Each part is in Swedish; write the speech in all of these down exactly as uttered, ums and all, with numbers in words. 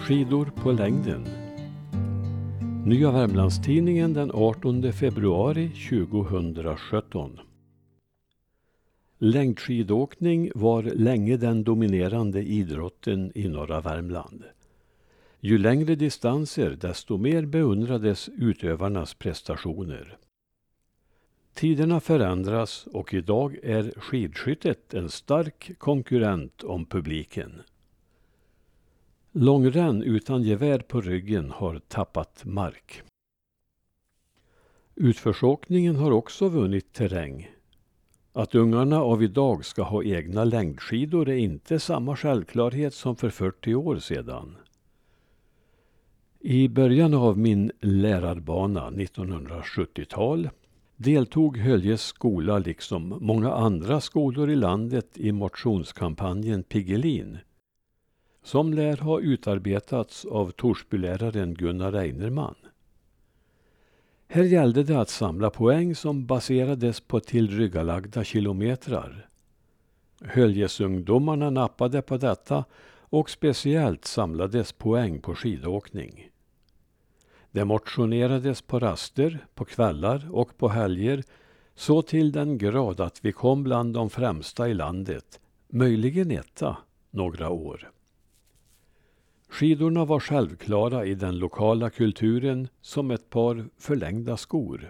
Skidor på längden. Nya Värmlandstidningen den artonde februari tjugohundrasjutton. Längdskidåkning var länge den dominerande idrotten i norra Värmland. Ju längre distanser, desto mer beundrades utövarnas prestationer. Tiderna förändras och idag är skidskyttet en stark konkurrent om publiken. Långränn utan gevär på ryggen har tappat mark. Utförsåkningen har också vunnit terräng. Att ungarna av idag ska ha egna längdskidor är inte samma självklarhet som för fyrtio år sedan. I början av min lärarbana nittonhundrasjuttiotal deltog Höljes skola liksom många andra skolor i landet i motionskampanjen Piggelin, som lär ha utarbetats av Torsbyläraren Gunnar Reinerman. Här gällde det att samla poäng som baserades på tillryggalagda kilometrar. Höljesungdomarna nappade på detta och speciellt samlades poäng på skidåkning. Det motionerades på raster, på kvällar och på helger så till den grad att vi kom bland de främsta i landet, möjligen etta några år. Skidorna var självklara i den lokala kulturen som ett par förlängda skor.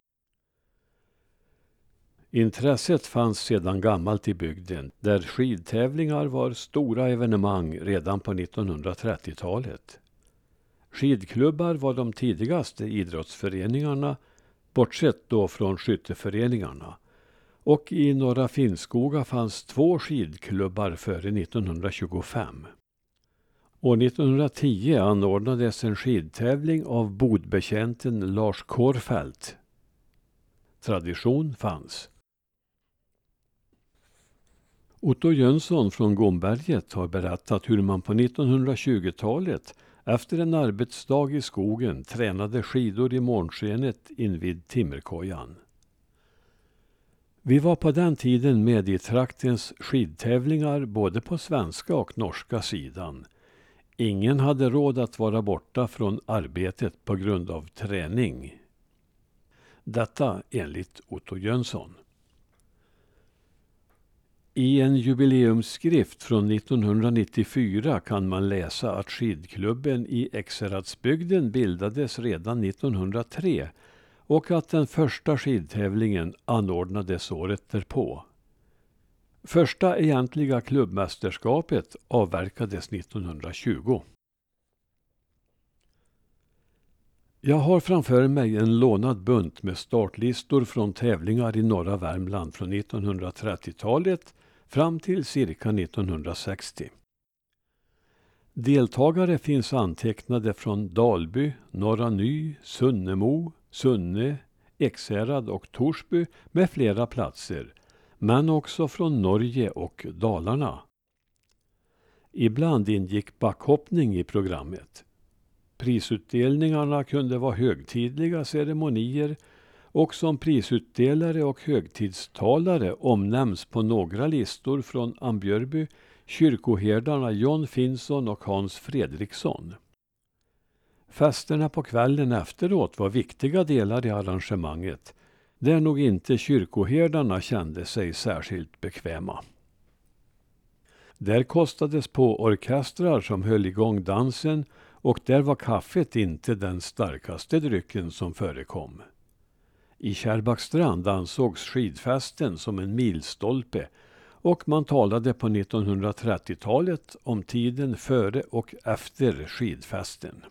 Intresset fanns sedan gammalt i bygden, där skidtävlingar var stora evenemang redan på nittonhundratrettiotalet. Skidklubbar var de tidigaste idrottsföreningarna, bortsett då från skytteföreningarna. Och i Norra Finnskoga fanns två skidklubbar före nittonhundratjugofem. År nittonhundratio anordnades en skidtävling av bodbetjänten Lars Kårfält. Tradition fanns. Otto Jönsson från Gomberget har berättat hur man på nittonhundratjugotalet efter en arbetsdag i skogen tränade skidor i månskenet invid timmerkojan. Vi var på den tiden med i traktens skidtävlingar både på svenska och norska sidan. Ingen hade råd att vara borta från arbetet på grund av träning. Detta enligt Otto Jönsson. I en jubileumsskrift från nittonhundranittiofyra kan man läsa att skidklubben i Ekshäradsbygden bildades redan nittonhundratre och att den första skidtävlingen anordnades året därpå. Första egentliga klubbmästerskapet avverkades nittonhundratjugo. Jag har framför mig en lånad bunt med startlistor från tävlingar i norra Värmland från nittonhundratrettiotalet fram till cirka nittonhundrasextio. Deltagare finns antecknade från Dalby, Norra Ny, Sunnemo, Sunne, Ekshärad och Torsby med flera platser, men också från Norge och Dalarna. Ibland ingick backhoppning i programmet. Prisutdelningarna kunde vara högtidliga ceremonier och som prisutdelare och högtidstalare omnämns på några listor från Ambjörby kyrkoherdarna John Finnsson och Hans Fredriksson. Festerna på kvällen efteråt var viktiga delar i arrangemanget, där nog inte kyrkoherdarna kände sig särskilt bekväma. Där kostades på orkestrar som höll igång dansen och där var kaffet inte den starkaste drycken som förekom. I Kärrbackstrand ansågs skidfesten som en milstolpe och man talade på nittonhundratrettiotalet om tiden före och efter skidfesten.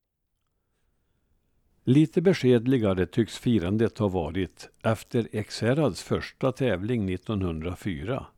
Lite beskedligare tycks firandet ha varit efter Ekshärads första tävling nittonhundrafyra.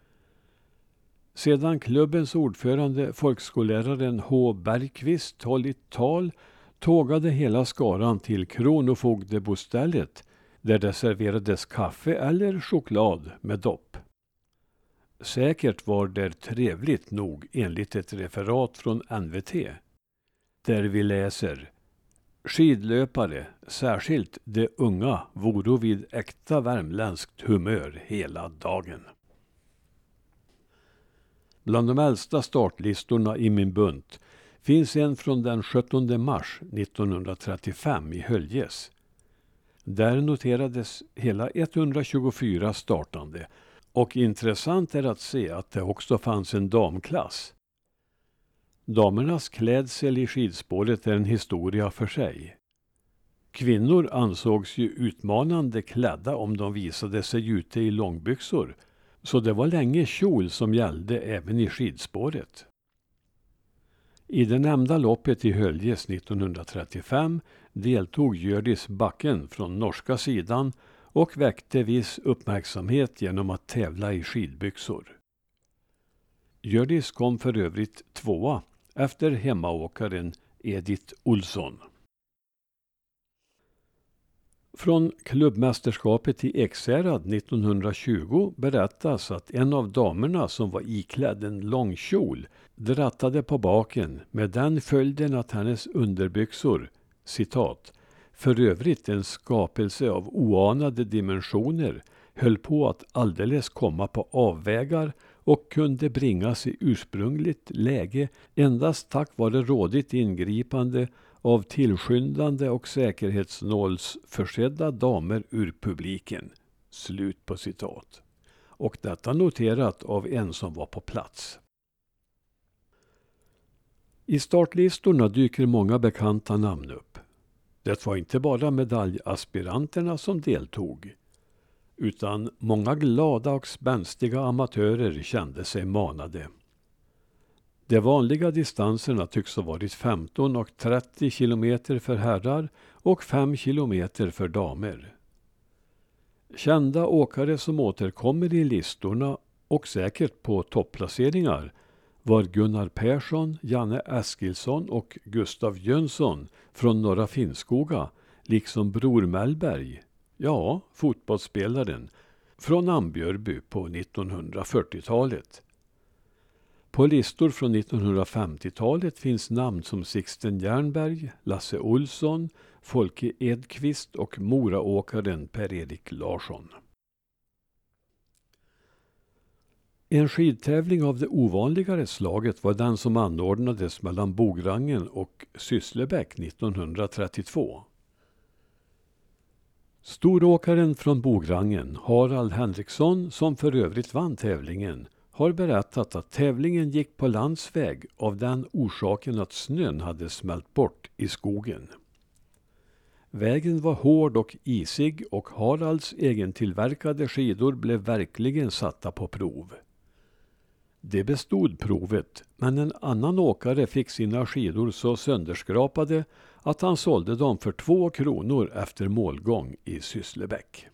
Sedan klubbens ordförande, folkskolläraren H. Bergqvist, hållit tal tågade hela skaran till kronofogdebostället där det serverades kaffe eller choklad med dopp. Säkert var det trevligt nog enligt ett referat från N V T, där vi läser: skidlöpare, särskilt de unga, voro vid äkta värmländskt humör hela dagen. Bland de äldsta startlistorna i min bunt finns en från den sjuttonde mars nittonhundratrettiofem i Höljes. Där noterades hela etthundratjugofyra startande, och intressant är att se att det också fanns en damklass. Damernas klädsel i skidspåret är en historia för sig. Kvinnor ansågs ju utmanande klädda om de visade sig ute i långbyxor, så det var länge kjol som gällde även i skidspåret. I det nämnda loppet i Höljes nittonhundratrettiofem deltog Hjördis Backen från norska sidan och väckte viss uppmärksamhet genom att tävla i skidbyxor. Hjördis kom för övrigt tvåa efter hemmaåkaren Edith Olsson. Från klubbmästerskapet i Ekshärad nittonhundratjugo berättas att en av damerna som var iklädd en lång kjol drattade på baken med den följden att hennes underbyxor, citat, för övrigt en skapelse av oanade dimensioner, höll på att alldeles komma på avvägar och kunde bringas i ursprungligt läge endast tack vare rådigt ingripande av tillskyndande och säkerhetsnålsförsedda damer ur publiken. Slut på citat. Och detta noterat av en som var på plats. I startlistorna dyker många bekanta namn upp. Det var inte bara medaljaspiranterna som deltog, utan många glada och spänstiga amatörer kände sig manade. De vanliga distanserna tycks ha varit femton och trettio kilometer för herrar och fem kilometer för damer. Kända åkare som återkommer i listorna och säkert på topplaceringar var Gunnar Persson, Janne Eskilsson och Gustav Jönsson från Norra Finnskoga, liksom Bror Mellberg, ja, fotbollsspelaren, från Ambjörby på nittonhundrafyrtiotalet. På listor från nittonhundrafemtiotalet finns namn som Sixten Jernberg, Lasse Olsson, Folke Edqvist och Moraåkaren Per-Erik Larsson. En skidtävling av det ovanligare slaget var den som anordnades mellan Bograngen och Sysslebäck nittonhundratrettiotvå. Storåkaren från Bograngen, Harald Henriksson, som för övrigt vann tävlingen, har berättat att tävlingen gick på landsväg av den orsaken att snön hade smält bort i skogen. Vägen var hård och isig och Haralds egentillverkade skidor blev verkligen satta på prov. Det bestod provet, men en annan åkare fick sina skidor så sönderskrapade att han sålde dem för två kronor efter målgång i Sysslebäck.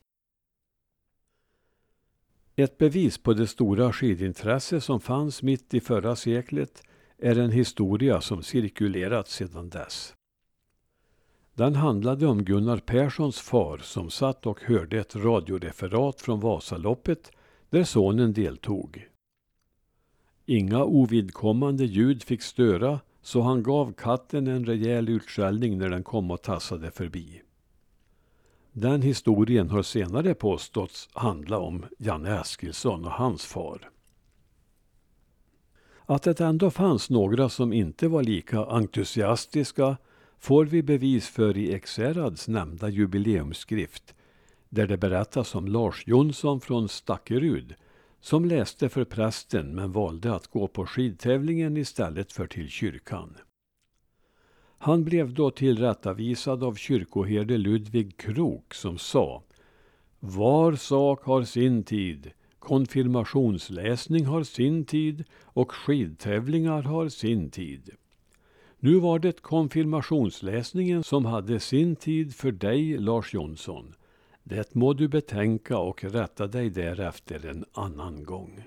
Ett bevis på det stora skidintresse som fanns mitt i förra seklet är en historia som cirkulerat sedan dess. Den handlade om Gunnar Perssons far som satt och hörde ett radioreferat från Vasaloppet där sonen deltog. Inga ovidkommande ljud fick störa, så han gav katten en rejäl utskällning när den kom och tassade förbi. Den historien har senare påståtts handla om Janne Eskilsson och hans far. Att det ändå fanns några som inte var lika entusiastiska får vi bevis för i Ekshärads nämnda jubileumsskrift, där det berättas om Lars Jonsson från Stackerud som läste för prästen men valde att gå på skidtävlingen istället för till kyrkan. Han blev då tillrättavisad av kyrkoherde Ludvig Krok som sa: var sak har sin tid, konfirmationsläsning har sin tid och skidtävlingar har sin tid. Nu var det konfirmationsläsningen som hade sin tid för dig, Lars Jonsson. Det må du betänka och rätta dig därefter en annan gång.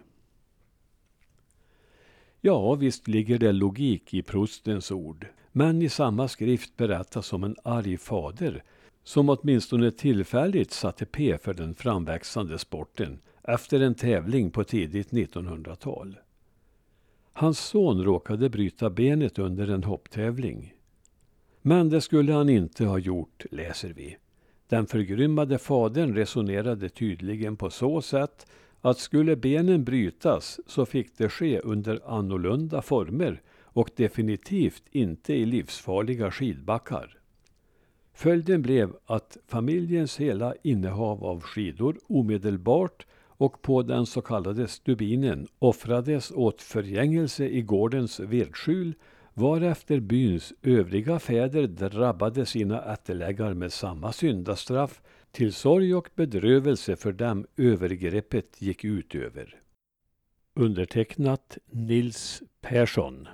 Ja, visst ligger det logik i prostens ord, men i samma skrift berättas om en arg fader som åtminstone tillfälligt satte P för den framväxande sporten efter en tävling på tidigt nittonhundratal. Hans son råkade bryta benet under en hopptävling. Men det skulle han inte ha gjort, läser vi. Den förgrymmade fadern resonerade tydligen på så sätt att skulle benen brytas så fick det ske under annorlunda former och definitivt inte i livsfarliga skidbackar. Följden blev att familjens hela innehav av skidor omedelbart och på den så kallade stubinen offrades åt förgängelse i gårdens vedskjul, varefter byns övriga fäder drabbade sina ätteläggar med samma syndastraff till sorg och bedrövelse för dem övergreppet gick ut över. Undertecknat Nils Persson.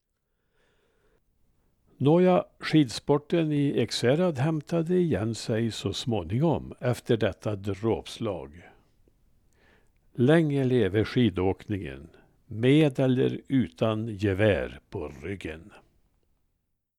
Nåja, skidsporten i Ekshärad hämtade igen sig så småningom efter detta dråpslag. Länge leve skidåkningen, med eller utan gevär på ryggen.